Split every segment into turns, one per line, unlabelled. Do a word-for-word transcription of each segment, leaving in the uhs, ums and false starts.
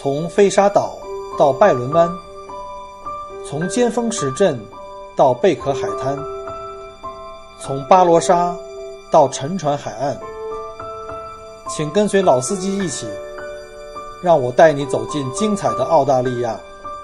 从飞沙岛到拜伦湾，从尖峰石镇到贝壳海滩，从巴罗沙到沉船海岸。请跟随老司机一起，让我带你走进精彩的澳大利亚。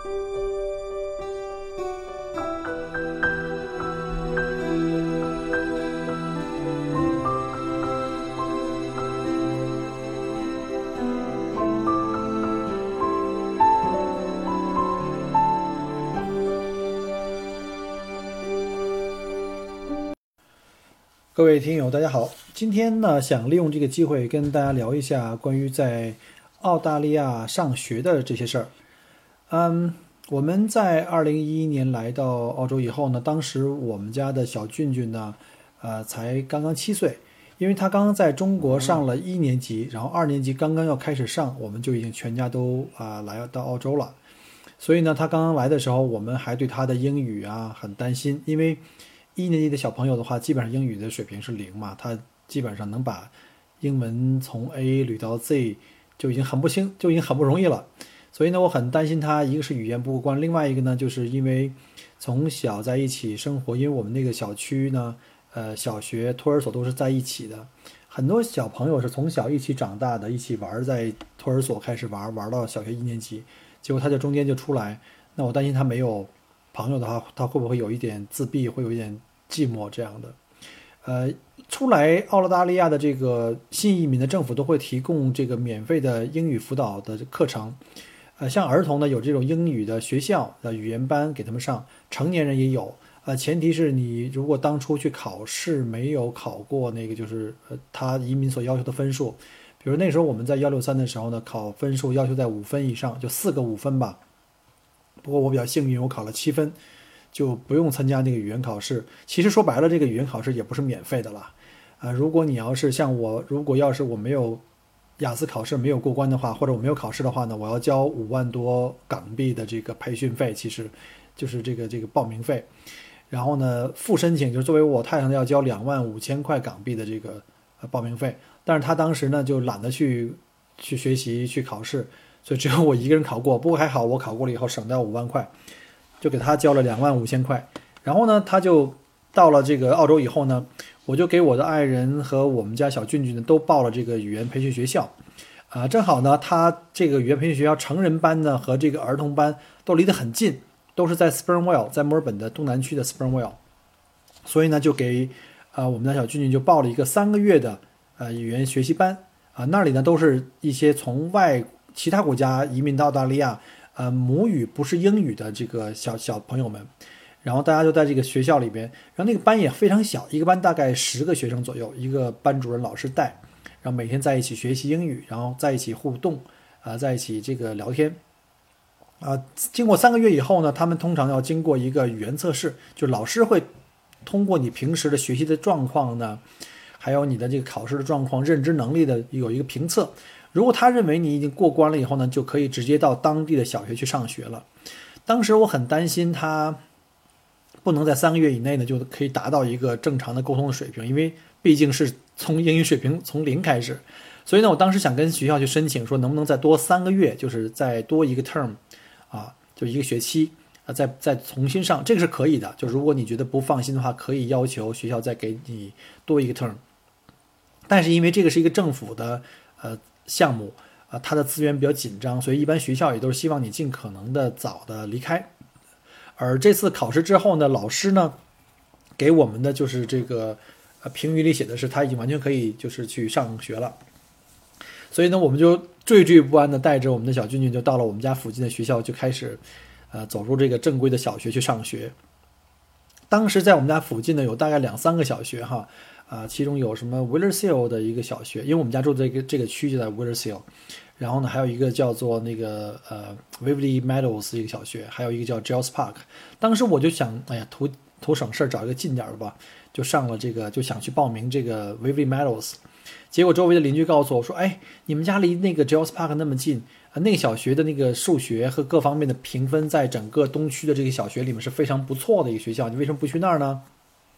各位听友大家好，今天呢想利用这个机会跟大家聊一下关于在澳大利亚上学的这些事儿。嗯，我们在二零一一年来到澳洲以后呢，当时我们家的小俊俊呢呃才刚刚七岁，因为他刚刚在中国上了一年级，然后二年级刚刚要开始上，我们就已经全家都啊、呃、来到澳洲了。所以呢他刚刚来的时候，我们还对他的英语啊很担心，因为一年级的小朋友的话，基本上英语的水平是零嘛，他基本上能把英文从 A 捋到 Z 就已经很不轻，就已经很不容易了。所以呢，我很担心他，一个是语言不过关，另外一个呢，就是因为从小在一起生活，因为我们那个小区呢，呃，小学、托儿所都是在一起的，很多小朋友是从小一起长大的，一起玩，在托儿所开始玩，玩到小学一年级，结果他就中间就出来，那我担心他没有朋友的话，他会不会有一点自闭，会有一点寂寞这样的。呃，出来澳大利亚的这个新移民的政府都会提供这个免费的英语辅导的课程。呃，像儿童呢有这种英语的学校的语言班给他们上，成年人也有。呃，前提是你如果当初去考试没有考过那个就是呃他移民所要求的分数，比如那时候我们在一六三的时候呢，考分数要求在五分以上，就四个五分吧。不过我比较幸运，我考了七分。就不用参加那个语言考试。其实说白了，这个语言考试也不是免费的啦。呃，如果你要是像我，如果要是我没有雅思考试没有过关的话，或者我没有考试的话呢，我要交五万多港币的这个培训费，其实就是这个这个报名费。然后呢，复申请就是作为我太太要交两万五千块港币的这个呃报名费。但是他当时呢就懒得去去学习去考试，所以只有我一个人考过。不过还好，我考过了以后省掉五万块。就给他交了两万五千块，然后呢，他就到了这个澳洲以后呢，我就给我的爱人和我们家小俊俊呢都报了这个语言培训学校，啊、呃，正好呢，他这个语言培训学校成人班呢和这个儿童班都离得很近，都是在 Springvale， 在墨尔本的东南区的 Springvale， 所以呢，就给啊、呃、我们家小俊俊就报了一个三个月的呃语言学习班啊、呃，那里呢都是一些从外其他国家移民到澳大利亚。呃，母语不是英语的这个小小朋友们，然后大家就在这个学校里边，然后那个班也非常小，一个班大概十个学生左右，一个班主任老师带，然后每天在一起学习英语，然后在一起互动，啊、呃，在一起这个聊天，啊、呃，经过三个月以后呢，他们通常要经过一个语言测试，就老师会通过你平时的学习的状况呢，还有你的这个考试的状况、认知能力的有一个评测。如果他认为你已经过关了以后呢，就可以直接到当地的小学去上学了。当时我很担心他不能在三个月以内呢就可以达到一个正常的沟通的水平，因为毕竟是从英语水平从零开始。所以呢，我当时想跟学校去申请说，能不能再多三个月，就是再多一个 term 啊，就一个学期啊，再再重新上，这个是可以的。就如果你觉得不放心的话，可以要求学校再给你多一个 term。但是因为这个是一个政府的呃。项目啊、呃，它的资源比较紧张，所以一般学校也都是希望你尽可能的早的离开。而这次考试之后呢，老师呢给我们的就是这个呃评语里写的是他已经完全可以就是去上学了。所以呢，我们就惴惴不安的带着我们的小俊俊就到了我们家附近的学校，就开始呃走入这个正规的小学去上学。当时在我们家附近呢有大概两三个小学哈。啊、呃，其中有什么 Willershill 的一个小学，因为我们家住这个这个区就在 Willershill， 然后呢还有一个叫做那个呃 Waverley Meadows 一个小学，还有一个叫 Giles Park。当时我就想，哎呀，图图省事找一个近点的吧，就上了这个，就想去报名这个 Waverley Meadows。结果周围的邻居告诉我说，哎，你们家离那个 Giles Park 那么近，啊，那个小学的那个数学和各方面的评分，在整个东区的这个小学里面是非常不错的一个学校，你为什么不去那儿呢？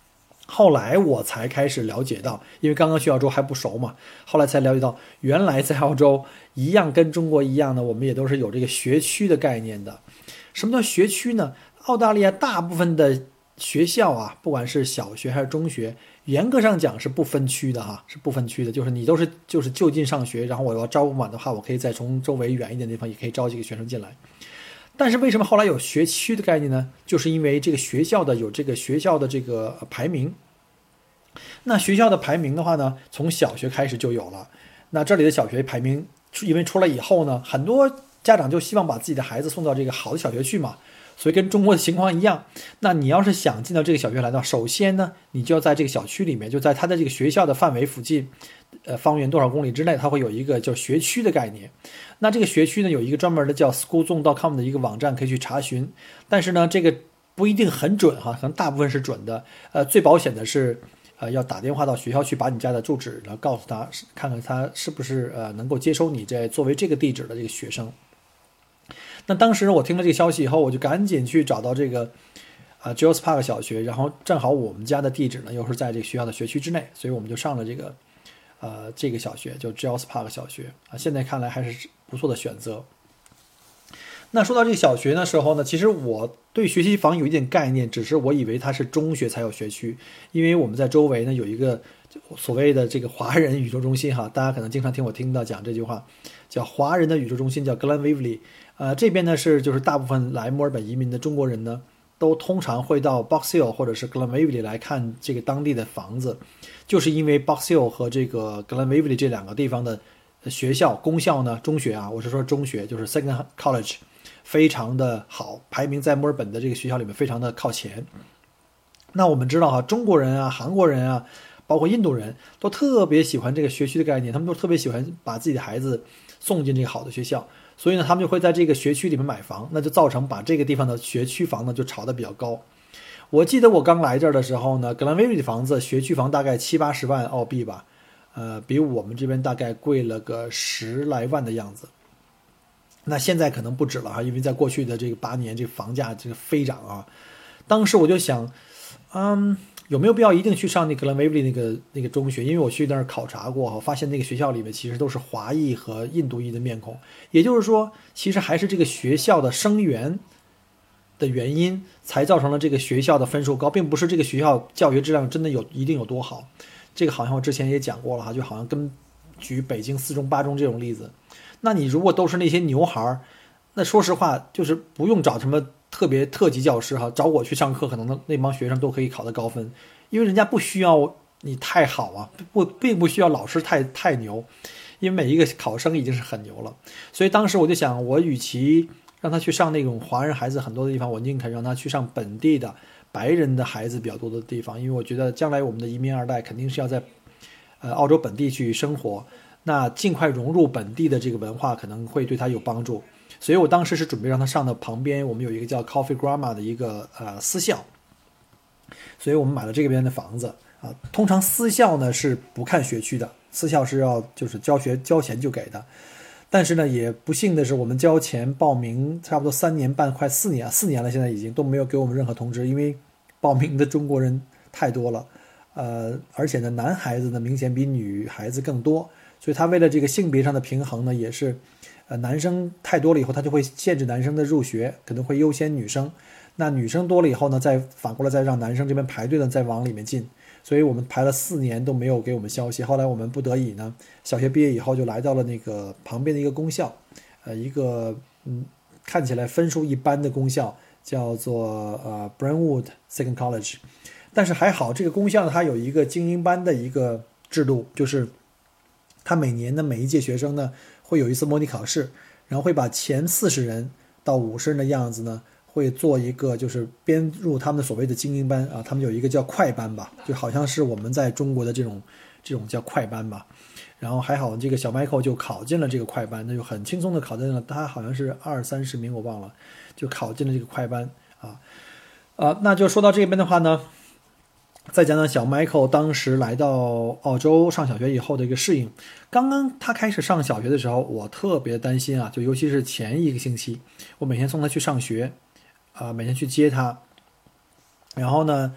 后来我才开始了解到，因为刚刚去澳洲还不熟嘛，后来才了解到，原来在澳洲一样跟中国一样的，我们也都是有这个学区的概念的。什么叫学区呢？澳大利亚大部分的学校啊，不管是小学还是中学，严格上讲是不分区的哈，是不分区的，就是你都是就是就近上学，然后我要招满的话，我可以再从周围远一点的地方也可以招几个学生进来。但是为什么后来有学区的概念呢？就是因为这个学校的有这个学校的这个排名。那学校的排名的话呢，从小学开始就有了。那这里的小学排名，因为出来以后呢，很多家长就希望把自己的孩子送到这个好的小学去嘛，所以跟中国的情况一样。那你要是想进到这个小学来的话，首先呢，你就要在这个小区里面，就在他的这个学校的范围附近，呃，方圆多少公里之内，它会有一个叫学区的概念。那这个学区呢，有一个专门的叫 school zone dot com 的一个网站可以去查询，但是呢，这个不一定很准哈，可能大部分是准的。呃，最保险的是，呃，要打电话到学校去，把你家的住址，然后告诉他，看看他是不是呃能够接收你这作为这个地址的这个学生。那当时我听了这个消息以后，我就赶紧去找到这个啊 Giles Park 小学，然后正好我们家的地址呢又是在这个学校的学区之内，所以我们就上了这个呃这个小学，就 Giles Park 小学啊。现在看来还是不错的选择。那说到这个小学的时候呢，其实我对学区房有一点概念，只是我以为它是中学才有学区，因为我们在周围呢有一个所谓的这个华人宇宙中心哈，大家可能经常听我听到讲这句话，叫华人的宇宙中心，叫 Glen Waverley。呃，这边呢是就是大部分来墨尔本移民的中国人呢，都通常会到 Box Hill 或者是 Glen Waverley 来看这个当地的房子，就是因为 Box Hill 和这个 Glen Waverley 这两个地方的学校公校呢，中学啊，我是说中学，就是 Second College。非常的好，排名在墨尔本的这个学校里面非常的靠前。那我们知道哈，中国人啊、韩国人啊，包括印度人都特别喜欢这个学区的概念，他们都特别喜欢把自己的孩子送进这个好的学校，所以呢，他们就会在这个学区里面买房，那就造成把这个地方的学区房呢就炒得比较高。我记得我刚来这儿的时候呢，格兰威利的房子学区房大概七八十万澳币吧，呃，比我们这边大概贵了个十来万的样子。那现在可能不止了哈，因为在过去的这个八年，这个房价这个飞涨啊。当时我就想，嗯，有没有必要一定去上那个 Glen Waverley 那个那个中学？因为我去那儿考察过，我发现那个学校里面其实都是华裔和印度裔的面孔，也就是说，其实还是这个学校的生源的原因，才造成了这个学校的分数高，并不是这个学校教学质量真的有一定有多好。这个好像我之前也讲过了哈，就好像跟举北京四中八中这种例子。那你如果都是那些牛孩，那说实话就是不用找什么特别特级教师哈，找我去上课，可能那帮学生都可以考得高分，因为人家不需要你太好啊，不并不需要老师太太牛，因为每一个考生已经是很牛了。所以当时我就想，我与其让他去上那种华人孩子很多的地方，我宁肯让他去上本地的白人的孩子比较多的地方，因为我觉得将来我们的移民二代肯定是要在呃澳洲本地去生活。那尽快融入本地的这个文化可能会对他有帮助，所以我当时是准备让他上到旁边，我们有一个叫 Coffee Grammar 的一个呃私校，所以我们买了这边的房子啊。通常私校呢是不看学区的，私校是要就是交学交钱就给的，但是呢也不幸的是，我们交钱报名差不多三年半快四年四年了，现在已经都没有给我们任何通知，因为报名的中国人太多了，呃，而且呢男孩子呢明显比女孩子更多。所以他为了这个性别上的平衡呢，也是，呃，男生太多了以后，他就会限制男生的入学，可能会优先女生。那女生多了以后呢，再反过来再让男生这边排队呢，再往里面进。所以我们排了四年都没有给我们消息。后来我们不得已呢，小学毕业以后就来到了那个旁边的一个公校，呃，一个嗯看起来分数一般的公校，叫做呃 Brentwood Second College。但是还好，这个公校呢，它有一个精英班的一个制度，就是他每年的每一届学生呢，会有一次模拟考试，然后会把前四十人到五十人的样子呢，会做一个就是编入他们的所谓的精英班啊，他们有一个叫快班吧，就好像是我们在中国的这种这种叫快班吧。然后还好这个小 Michael 就考进了这个快班，那就很轻松的考进了，他好像是二三十名我忘了，就考进了这个快班啊。啊，那就说到这边的话呢，再讲讲小 Michael 当时来到澳洲上小学以后的一个适应。刚刚他开始上小学的时候，我特别担心啊，就尤其是前一个星期，我每天送他去上学，啊、呃，每天去接他，然后呢，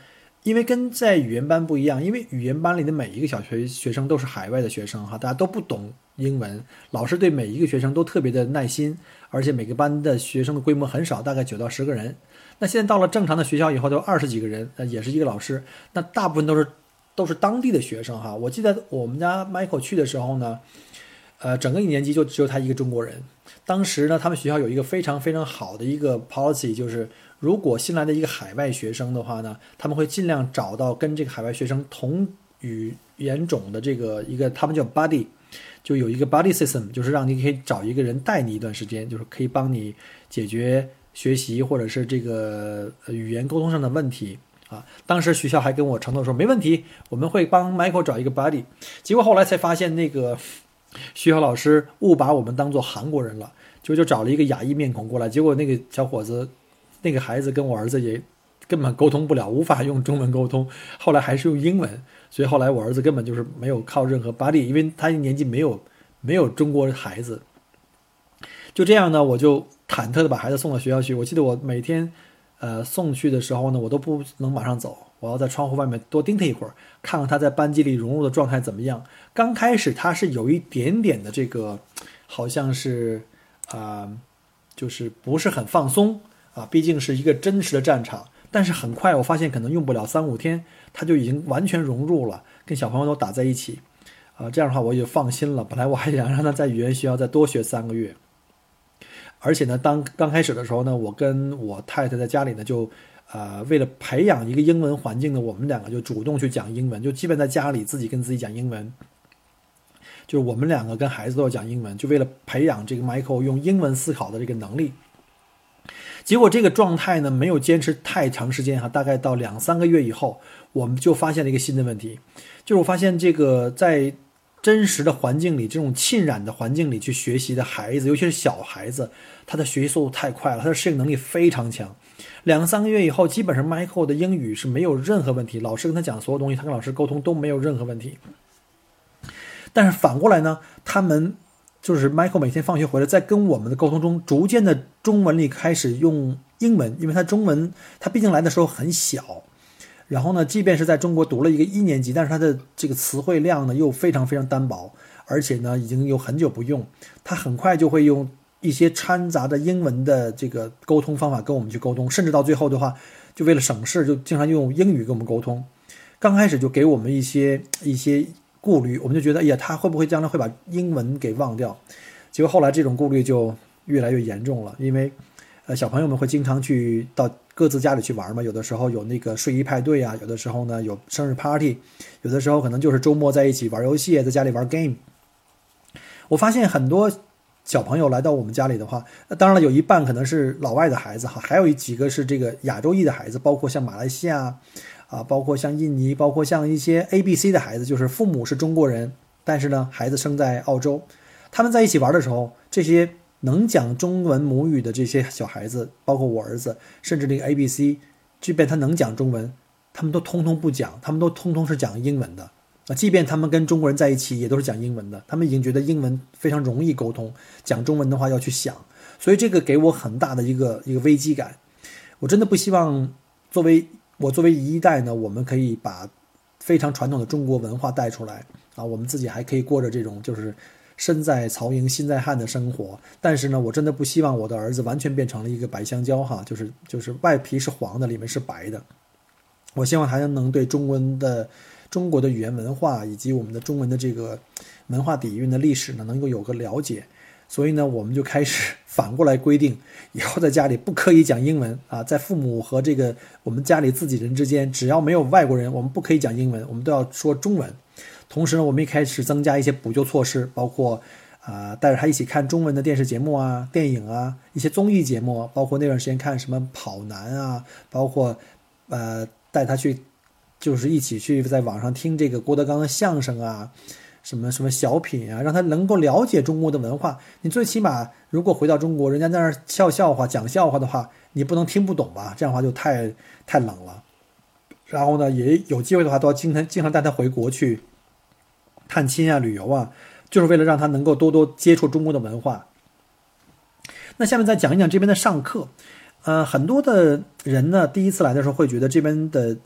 因为跟在语言班不一样，因为语言班里的每一个小学学生都是海外的学生哈，大家都不懂英文，老师对每一个学生都特别的耐心，而且每个班的学生的规模很少，大概九到十个人。那现在到了正常的学校以后，都二十几个人，呃，也是一个老师，那大部分都是都是当地的学生哈。我记得我们家 Michael 去的时候呢，呃，整个一年级就只有他一个中国人。当时呢，他们学校有一个非常非常好的一个 policy， 就是如果新来的一个海外学生的话呢，他们会尽量找到跟这个海外学生同语言种的这个一个，他们叫 buddy， 就有一个 buddy system， 就是让你可以找一个人带你一段时间，就是可以帮你解决学习或者是这个语言沟通上的问题啊。当时学校还跟我承诺说没问题，我们会帮 Michael 找一个 buddy。结果后来才发现那个学校老师误把我们当做韩国人了，就就找了一个亚裔面孔过来，结果那个小伙子那个孩子跟我儿子也根本沟通不了，无法用中文沟通，后来还是用英文，所以后来我儿子根本就是没有靠任何 buddy， 因为他年纪没有没有中国孩子。就这样呢，我就忐忑的把孩子送到学校去。我记得我每天呃送去的时候呢，我都不能马上走，我要在窗户外面多盯他一会儿，看看他在班级里融入的状态怎么样。刚开始他是有一点点的这个好像是啊、呃，就是不是很放松啊，毕竟是一个真实的战场。但是很快我发现可能用不了三五天，他就已经完全融入了，跟小朋友都打在一起啊。这样的话我也放心了，本来我还想让他在语言学校再多学三个月。而且呢，当刚开始的时候呢，我跟我太太在家里呢，就呃为了培养一个英文环境呢，我们两个就主动去讲英文，就基本在家里自己跟自己讲英文，就是我们两个跟孩子都要讲英文，就为了培养这个 Michael 用英文思考的这个能力。结果这个状态呢没有坚持太长时间哈，大概到两三个月以后，我们就发现了一个新的问题，就是我发现这个在真实的环境里，这种浸染的环境里去学习的孩子，尤其是小孩子，他的学习速度太快了，他的适应能力非常强。两三个月以后，基本上 Michael 的英语是没有任何问题，老师跟他讲所有东西，他跟老师沟通都没有任何问题。但是反过来呢，他们就是 Michael 每天放学回来，在跟我们的沟通中，逐渐的中文里开始用英文，因为他中文他毕竟来的时候很小。然后呢，即便是在中国读了一个一年级，但是他的这个词汇量呢又非常非常单薄，而且呢已经有很久不用，他很快就会用一些掺杂的英文的这个沟通方法跟我们去沟通，甚至到最后的话，就为了省事，就经常用英语跟我们沟通。刚开始就给我们一些一些顾虑，我们就觉得，哎呀，他会不会将来会把英文给忘掉？结果后来这种顾虑就越来越严重了，因为呃小朋友们会经常去到各自家里去玩嘛，有的时候有那个睡衣派对啊，有的时候呢有生日 party， 有的时候可能就是周末在一起玩游戏，在家里玩 game。 我发现很多小朋友来到我们家里的话，当然了，有一半可能是老外的孩子哈，还有几个是这个亚洲裔的孩子，包括像马来西亚啊，包括像印尼，包括像一些 A B C 的孩子，就是父母是中国人，但是呢孩子生在澳洲。他们在一起玩的时候，这些能讲中文母语的这些小孩子，包括我儿子，甚至那个 A B C， 即便他能讲中文，他们都通通不讲，他们都通通是讲英文的啊。即便他们跟中国人在一起，也都是讲英文的，他们已经觉得英文非常容易沟通，讲中文的话要去想，所以这个给我很大的一个一个危机感。我真的不希望作为我作为一代呢，我们可以把非常传统的中国文化带出来啊，我们自己还可以过着这种就是身在曹营心在汉的生活，但是呢，我真的不希望我的儿子完全变成了一个白香蕉哈，就是就是外皮是黄的，里面是白的。我希望他能对中文的中国的语言文化以及我们的中文的这个文化底蕴的历史呢，能够有个了解。所以呢，我们就开始反过来规定，以后在家里不可以讲英文啊，在父母和这个我们家里自己人之间，只要没有外国人，我们不可以讲英文，我们都要说中文。同时呢，我们也开始增加一些补救措施，包括啊、呃、带着他一起看中文的电视节目啊、电影啊、一些综艺节目，包括那段时间看什么跑男啊，包括呃带他去就是一起去在网上听这个郭德纲的相声啊，什么什么小品啊，让他能够了解中国的文化。你最起码如果回到中国，人家在那儿笑笑话讲笑话的话，你不能听不懂吧？这样的话就太太冷了。然后呢，也有机会的话都要经常经常带他回国去探亲啊、旅游啊，就是为了让他能够多多接触中国的文化。那下面再讲一讲这边的上课。呃，很多的人呢，第一次来的时候会觉得这边的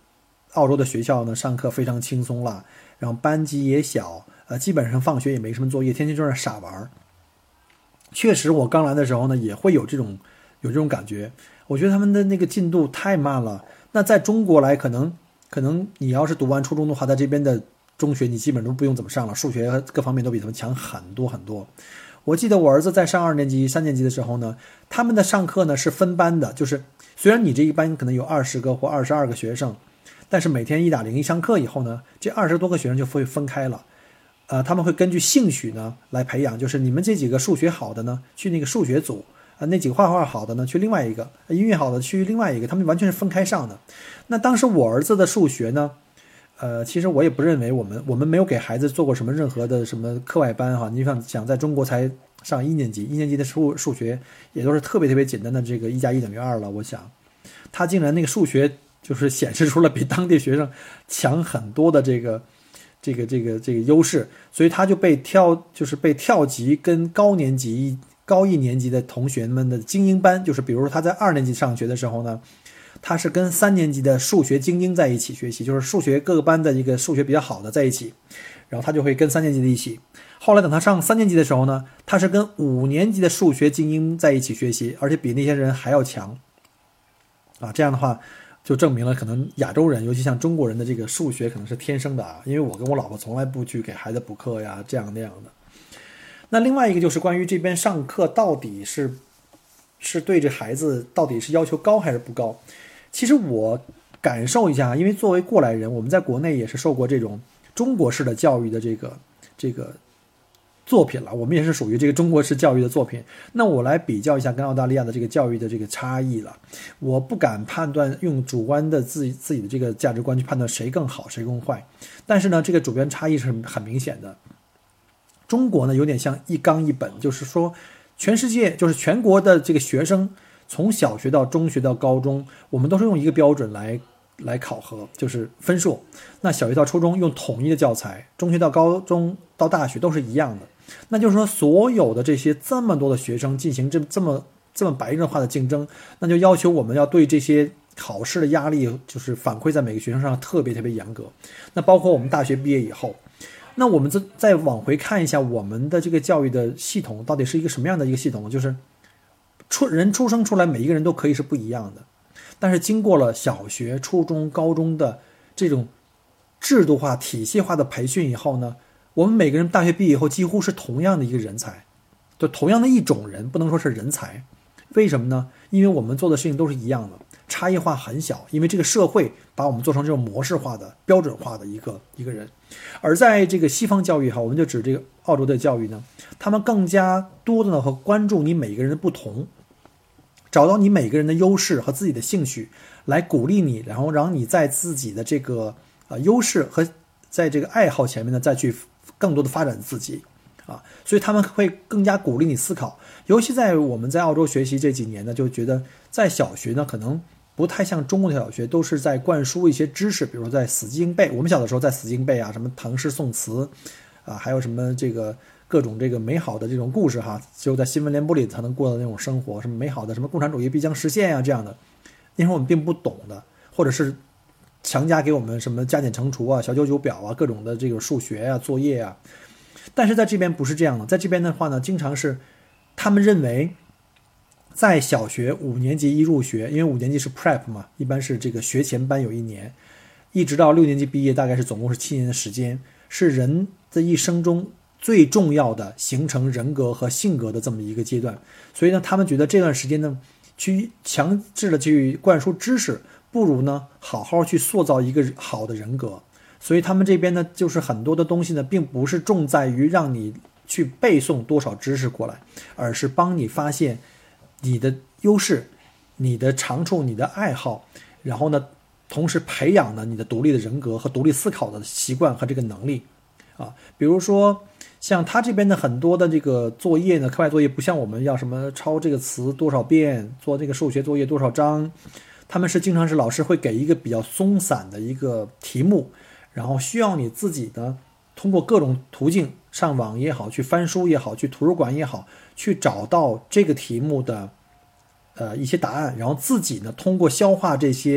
澳洲的学校呢上课非常轻松了，然后班级也小，呃，基本上放学也没什么作业，天天就在那傻玩。确实我刚来的时候呢也会有这种有这种感觉，我觉得他们的那个进度太慢了。那在中国来可能可能你要是读完初中的话，在这边的中学你基本都不用怎么上了，数学和各方面都比他们强很多很多。我记得我儿子在上二年级三年级的时候呢，他们的上课呢是分班的，就是虽然你这一班可能有二十个或二十二个学生，但是每天一打铃一上课以后呢，这二十多个学生就会分开了。呃，他们会根据兴趣呢来培养，就是你们这几个数学好的呢去那个数学组，啊、呃，那几个画画好的呢去另外一个，音乐好的去另外一个，他们完全是分开上的。那当时我儿子的数学呢，呃，其实我也不认为我们我们没有给孩子做过什么任何的什么课外班哈。你想想，在中国才上一年级，一年级的数数学也都是特别特别简单的这个一加一等于二了。我想，他竟然那个数学就是显示出了比当地学生强很多的这个这个这个这个优势，所以他就被挑就是被跳级跟高年级高一年级的同学们的精英班，就是比如说他在二年级上学的时候呢，他是跟三年级的数学精英在一起学习，就是数学各个班的一个数学比较好的在一起，然后他就会跟三年级的一起。后来等他上三年级的时候呢，他是跟五年级的数学精英在一起学习，而且比那些人还要强啊。这样的话就证明了可能亚洲人，尤其像中国人的这个数学可能是天生的啊。因为我跟我老婆从来不去给孩子补课呀，这样那样的。那另外一个就是关于这边上课到底是是对这孩子到底是要求高还是不高。其实我感受一下，因为作为过来人，我们在国内也是受过这种中国式的教育的这个这个作品了，我们也是属于这个中国式教育的作品。那我来比较一下跟澳大利亚的这个教育的这个差异了。我不敢判断，用主观的自己自己的这个价值观去判断谁更好谁更坏，但是呢这个主观差异是很明显的。中国呢有点像一纲一本，就是说全世界就是全国的这个学生从小学到中学到高中，我们都是用一个标准来来考核，就是分数。那小学到初中用统一的教材，中学到高中到大学都是一样的。那就是说所有的这些这么多的学生进行这这么这么白热化的竞争，那就要求我们要对这些考试的压力就是反馈在每个学生上特别特别严格。那包括我们大学毕业以后，那我们再往回看一下我们的这个教育的系统到底是一个什么样的一个系统，就是出人出生出来每一个人都可以是不一样的，但是经过了小学初中高中的这种制度化体系化的培训以后呢，我们每个人大学毕业以后几乎是同样的一个人才，就同样的一种人，不能说是人才。为什么呢？因为我们做的事情都是一样的，差异化很小，因为这个社会把我们做成这种模式化的标准化的一个一个人。而在这个西方教育哈，我们就指这个澳洲的教育呢，他们更加多的呢和关注你每个人的不同，找到你每个人的优势和自己的兴趣，来鼓励你，然后让你在自己的这个呃优势和在这个爱好前面呢再去更多的发展自己啊，所以他们会更加鼓励你思考。尤其在我们在澳洲学习这几年呢，就觉得在小学呢可能不太像中国的小学，都是在灌输一些知识，比如在死记硬背。我们小的时候在死记硬背啊，什么唐诗宋词啊，还有什么这个各种这个美好的这种故事哈，只有在新闻联播里才能过的那种生活，什么美好的什么共产主义必将实现啊这样的，因为我们并不懂的，或者是强加给我们什么加减乘除啊、小九九表啊、各种的这个数学啊、作业啊。但是在这边不是这样的，在这边的话呢，经常是他们认为在小学五年级一入学，因为五年级是 prep 嘛，一般是这个学前班有一年，一直到六年级毕业，大概是总共是七年的时间，是人的一生中最重要的形成人格和性格的这么一个阶段。所以呢，他们觉得这段时间呢，去强制的去灌输知识，不如呢好好去塑造一个好的人格。所以他们这边呢，就是很多的东西呢，并不是重在于让你去背诵多少知识过来，而是帮你发现你的优势、你的长处、你的爱好，然后呢，同时培养了你的独立的人格和独立思考的习惯和这个能力啊。比如说像他这边的很多的这个作业呢，课外作业不像我们要什么抄这个词多少遍，做这个数学作业多少章，他们是经常是老师会给一个比较松散的一个题目，然后需要你自己呢通过各种途径，上网也好，去翻书也好，去图书馆也好，去找到这个题目的呃一些答案，然后自己呢通过消化这些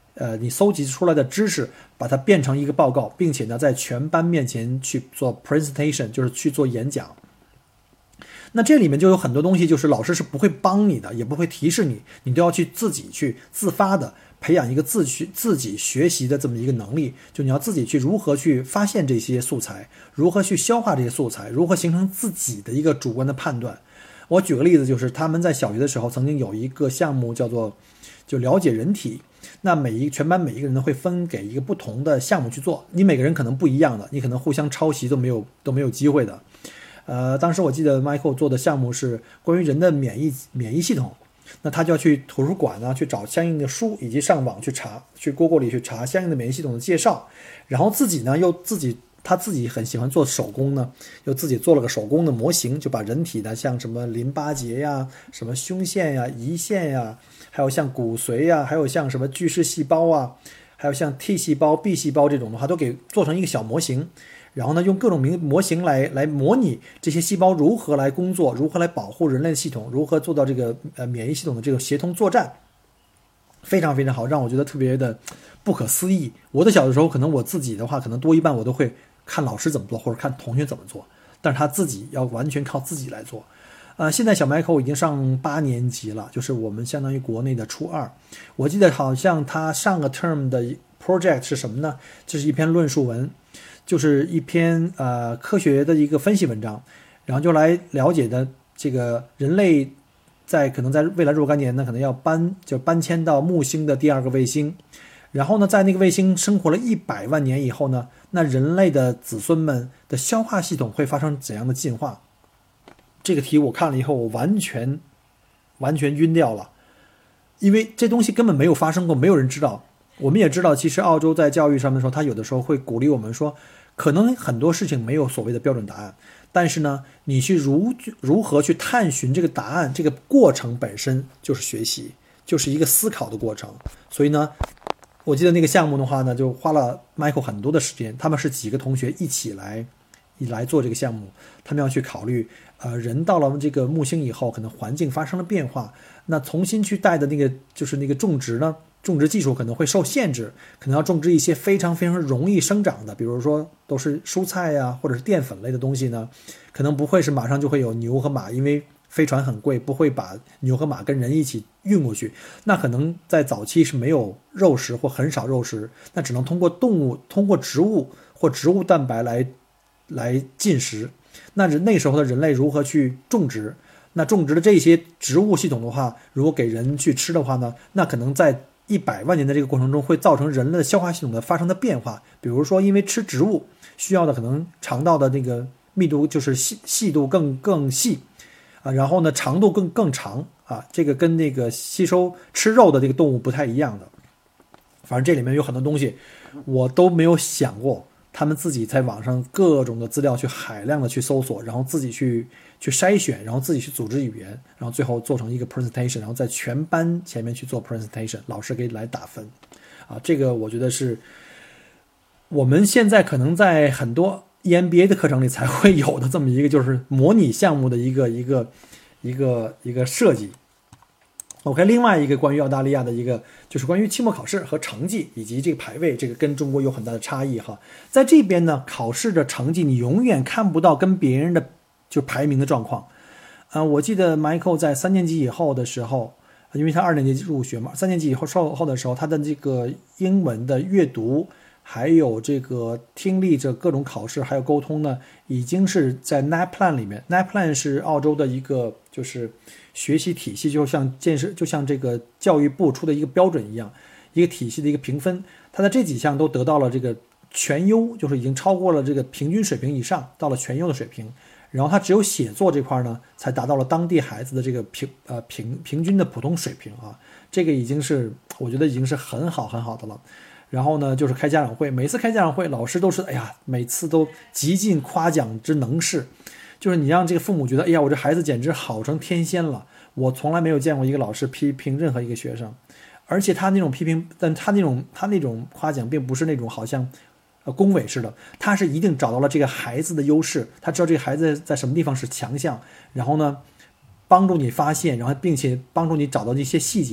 呃你搜集出来的知识，把它变成一个报告，并且呢在全班面前去做 presentation， 就是去做演讲。那这里面就有很多东西，就是老师是不会帮你的，也不会提示你，你都要去自己去自发的培养一个自学自己学习的这么一个能力，就你要自己去如何去发现这些素材，如何去消化这些素材，如何形成自己的一个主观的判断。我举个例子，就是他们在小学的时候曾经有一个项目叫做就了解人体，那每一全班每一个人呢会分给一个不同的项目去做，你每个人可能不一样的，你可能互相抄袭都没有都没有机会的。呃，当时我记得 Michael 做的项目是关于人的免疫免疫系统，那他就要去图书馆呢去找相应的书，以及上网去查，去 Google 里去查相应的免疫系统的介绍，然后自己呢又自己他自己很喜欢做手工呢，又自己做了个手工的模型，就把人体的像什么淋巴结呀、什么胸腺呀、胰腺呀，还有像骨髓呀，还有像什么巨噬细胞啊，还有像 T 细胞、B 细胞这种的话，都给做成一个小模型。然后呢，用各种模型来来模拟这些细胞如何来工作，如何来保护人类系统，如何做到这个呃免疫系统的这个协同作战，非常非常好，让我觉得特别的不可思议。我的小的时候，可能我自己的话，可能多一半我都会看老师怎么做，或者看同学怎么做，但是他自己要完全靠自己来做。呃，现在小 Michael 已经上八年级了，就是我们相当于国内的初二。我记得好像他上个 term 的 project 是什么呢？这是一篇论述文。就是一篇呃科学的一个分析文章，然后就来了解的这个人类在可能在未来若干年呢，可能要搬就搬迁到木星的第二个卫星，然后呢，在那个卫星生活了一百万年以后呢，那人类的子孙们的消化系统会发生怎样的进化？这个题我看了以后，我完全完全晕掉了，因为这东西根本没有发生过，没有人知道。我们也知道，其实澳洲在教育上面的时候，他有的时候会鼓励我们说，可能很多事情没有所谓的标准答案，但是呢，你去如如何去探寻这个答案，这个过程本身就是学习，就是一个思考的过程。所以呢，我记得那个项目的话呢，就花了 Michael 很多的时间，他们是几个同学一起来来做这个项目，他们要去考虑，呃，人到了这个木星以后，可能环境发生了变化，那重新去带的那个就是那个种植呢。种植技术可能会受限制，可能要种植一些非常非常容易生长的，比如说都是蔬菜呀、啊，或者是淀粉类的东西呢，可能不会是马上就会有牛和马，因为飞船很贵，不会把牛和马跟人一起运过去。那可能在早期是没有肉食或很少肉食，那只能通过动物、通过植物或植物蛋白来来进食。那那时候的人类如何去种植？那种植的这些植物系统的话，如果给人去吃的话呢，那可能在一百万年的这个过程中会造成人类的消化系统的发生的变化，比如说因为吃植物需要的可能肠道的那个密度就是细细度更更细啊，然后呢长度更更长啊，这个跟那个吸收吃肉的这个动物不太一样的。反正这里面有很多东西我都没有想过，他们自己在网上各种的资料去海量的去搜索，然后自己去去筛选，然后自己去组织语言，然后最后做成一个 presentation， 然后在全班前面去做 presentation， 老师给来打分啊，这个我觉得是我们现在可能在很多 E M B A 的课程里才会有的这么一个就是模拟项目的一个一个一个一个设计。OK， 另外一个关于澳大利亚的一个就是关于期末考试和成绩以及这个排位，这个跟中国有很大的差异哈。在这边呢，考试的成绩你永远看不到跟别人的就排名的状况。呃，我记得 Michael 在三年级以后的时候，因为他二年级入学嘛，三年级以后稍后的时候，他的这个英文的阅读还有这个听力这各种考试还有沟通呢，已经是在 N A P Plan 里面。 N A P Plan 是澳洲的一个就是学习体系，就像建设就像这个教育部出的一个标准一样，一个体系的一个评分，他的这几项都得到了这个全优，就是已经超过了这个平均水平以上，到了全优的水平。然后他只有写作这块呢，才达到了当地孩子的这个平呃平平均的普通水平啊，这个已经是我觉得已经是很好很好的了。然后呢，就是开家长会，每次开家长会，老师都是哎呀，每次都极尽夸奖之能事，就是你让这个父母觉得，哎呀，我这孩子简直好成天仙了。我从来没有见过一个老师批评任何一个学生，而且他那种批评，但他那种他那种夸奖，并不是那种好像呃恭维似的，他是一定找到了这个孩子的优势，他知道这个孩子在什么地方是强项，然后呢，帮助你发现，然后并且帮助你找到一些细节，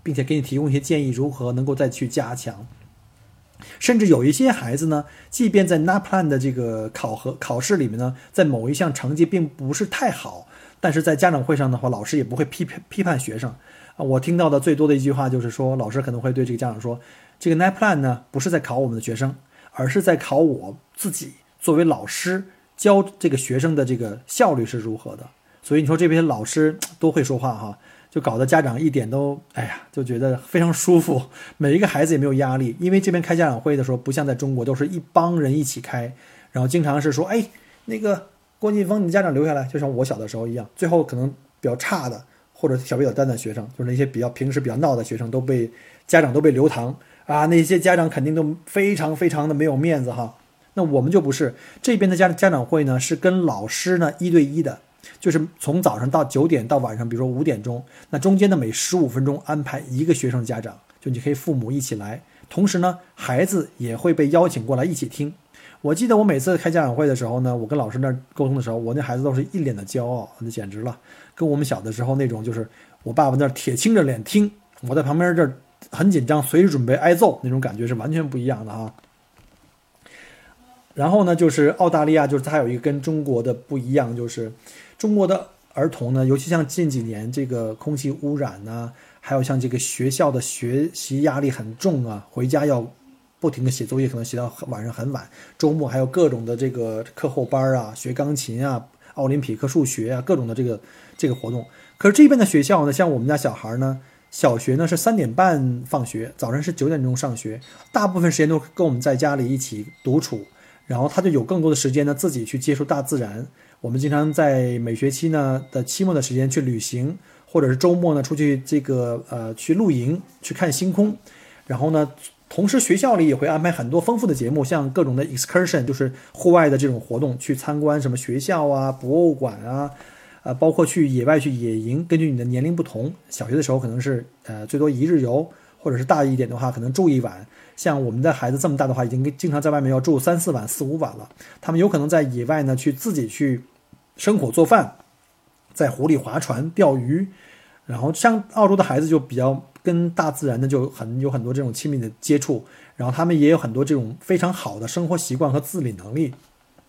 并且给你提供一些建议，如何能够再去加强。甚至有一些孩子呢，即便在 NAPLAN 的这个考核考试里面呢，在某一项成绩并不是太好，但是在家长会上的话，老师也不会批批判学生啊。我听到的最多的一句话就是说，老师可能会对这个家长说，这个 NAPLAN 呢不是在考我们的学生，而是在考我自己作为老师教这个学生的这个效率是如何的。所以你说这边老师都会说话哈，就搞得家长一点都哎呀就觉得非常舒服，每一个孩子也没有压力。因为这边开家长会的时候不像在中国都是一帮人一起开，然后经常是说哎那个郭晋峰你家长留下来，就像我小的时候一样，最后可能比较差的或者小比较单的学生，就是那些比较平时比较闹的学生都被家长都被留堂啊，那些家长肯定都非常非常的没有面子哈。那我们就不是，这边的家家长会呢是跟老师呢一对一的，就是从早上到九点到晚上，比如说五点钟，那中间的每十五分钟安排一个学生家长，就你可以父母一起来，同时呢，孩子也会被邀请过来一起听。我记得我每次开家长会的时候呢，我跟老师那沟通的时候，我那孩子都是一脸的骄傲，那简直了，跟我们小的时候那种就是我爸爸那铁青着脸听，我在旁边这很紧张，随时准备挨揍那种感觉是完全不一样的啊。然后呢，就是澳大利亚，就是它有一个跟中国的不一样，就是中国的儿童呢，尤其像近几年这个空气污染呢、啊，还有像这个学校的学习压力很重啊，回家要不停的写作业，可能写到晚上很晚，周末还有各种的这个课后班啊，学钢琴啊，奥林匹克数学啊，各种的这个这个活动。可是这边的学校呢，像我们家小孩呢，小学呢是三点半放学，早上是九点钟上学，大部分时间都跟我们在家里一起独处。然后他就有更多的时间呢，自己去接触大自然。我们经常在每学期呢的期末的时间去旅行，或者是周末呢出去这个呃去露营，去看星空。然后呢，同时学校里也会安排很多丰富的节目，像各种的 excursion， 就是户外的这种活动，去参观什么学校啊、博物馆啊，呃，包括去野外去野营。根据你的年龄不同，小学的时候可能是呃最多一日游，或者是大一点的话，可能住一晚。像我们的孩子这么大的话，已经经常在外面要住三四晚、四五晚了。他们有可能在野外呢，去自己去生火做饭，在湖里划船、钓鱼。然后像澳洲的孩子就比较跟大自然呢就很有很多这种亲密的接触，然后他们也有很多这种非常好的生活习惯和自理能力。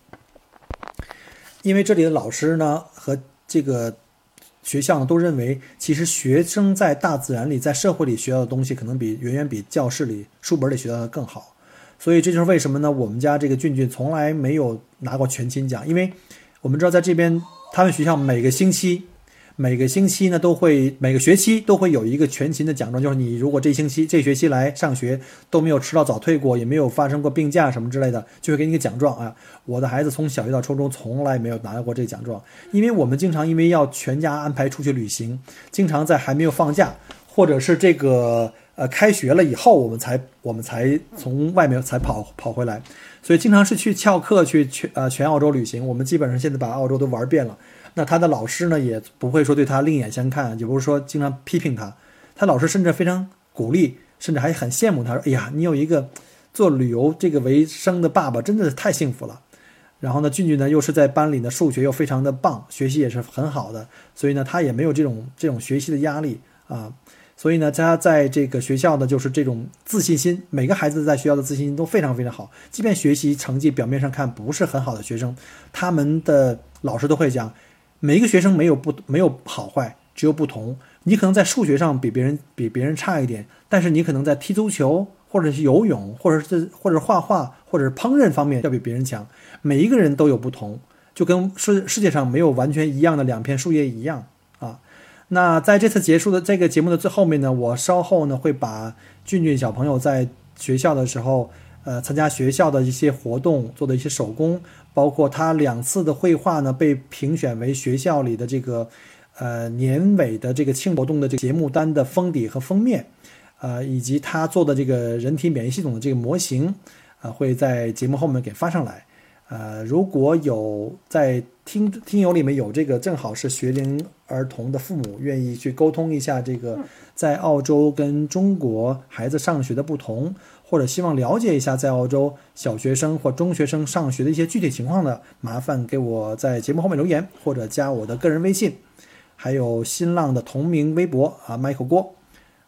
因为这里的老师呢和这个学校呢都认为，其实学生在大自然里在社会里学到的东西可能比远远比教室里书本里学到的更好。所以这就是为什么呢我们家这个俊俊从来没有拿过全勤奖。因为我们知道在这边他们学校每个星期每个星期呢都会每个学期都会有一个全勤的奖状，就是你如果这星期这学期来上学都没有迟到早退过，也没有发生过病假什么之类的，就会给你一个奖状啊。我的孩子从小学到初中从来没有拿过这个奖状，因为我们经常因为要全家安排出去旅行，经常在还没有放假或者是这个呃开学了以后，我们才我们才从外面才跑跑回来，所以经常是去翘课去全呃全澳洲旅行。我们基本上现在把澳洲都玩遍了。那他的老师呢也不会说对他另眼相看，也不是说经常批评他，他老师甚至非常鼓励，甚至还很羡慕他，说哎呀你有一个做旅游这个为生的爸爸真的是太幸福了。然后呢俊俊呢又是在班里呢数学又非常的棒，学习也是很好的，所以呢他也没有这种这种学习的压力啊。所以呢他在这个学校呢就是这种自信心，每个孩子在学校的自信心都非常非常好，即便学习成绩表面上看不是很好的学生，他们的老师都会讲，每一个学生没有不没有好坏，只有不同。你可能在数学上比别人比别人差一点，但是你可能在踢足球或者是游泳或者是或者画画或者是烹饪方面要比别人强。每一个人都有不同，就跟世世界上没有完全一样的两片树叶一样啊。那在这次结束的这个节目的最后面呢，我稍后呢会把俊俊小朋友在学校的时候呃，参加学校的一些活动做的一些手工，包括他两次的绘画呢被评选为学校里的这个呃年尾的这个庆活动的这个节目单的封底和封面，呃，以及他做的这个人体免疫系统的这个模型，呃，会在节目后面给发上来。呃，如果有在听听友里面有这个正好是学龄儿童的父母愿意去沟通一下这个在澳洲跟中国孩子上学的不同，或者希望了解一下在澳洲小学生或中学生上学的一些具体情况的，麻烦给我在节目后面留言，或者加我的个人微信，还有新浪的同名微博啊 Michael 郭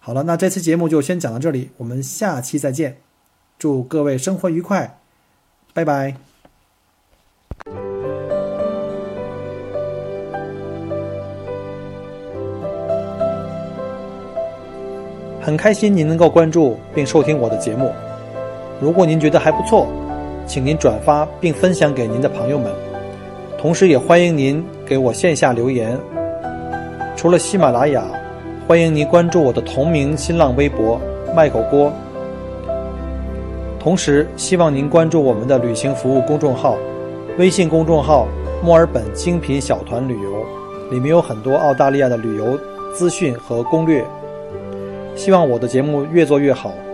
好了，那这期节目就先讲到这里，我们下期再见，祝各位生活愉快，拜拜。很开心您能够关注并收听我的节目，如果您觉得还不错，请您转发并分享给您的朋友们，同时也欢迎您给我线下留言。除了喜马拉雅，欢迎您关注我的同名新浪微博麦狗锅，同时希望您关注我们的旅行服务公众号，微信公众号墨尔本精品小团旅游，里面有很多澳大利亚的旅游资讯和攻略。希望我的节目越做越好，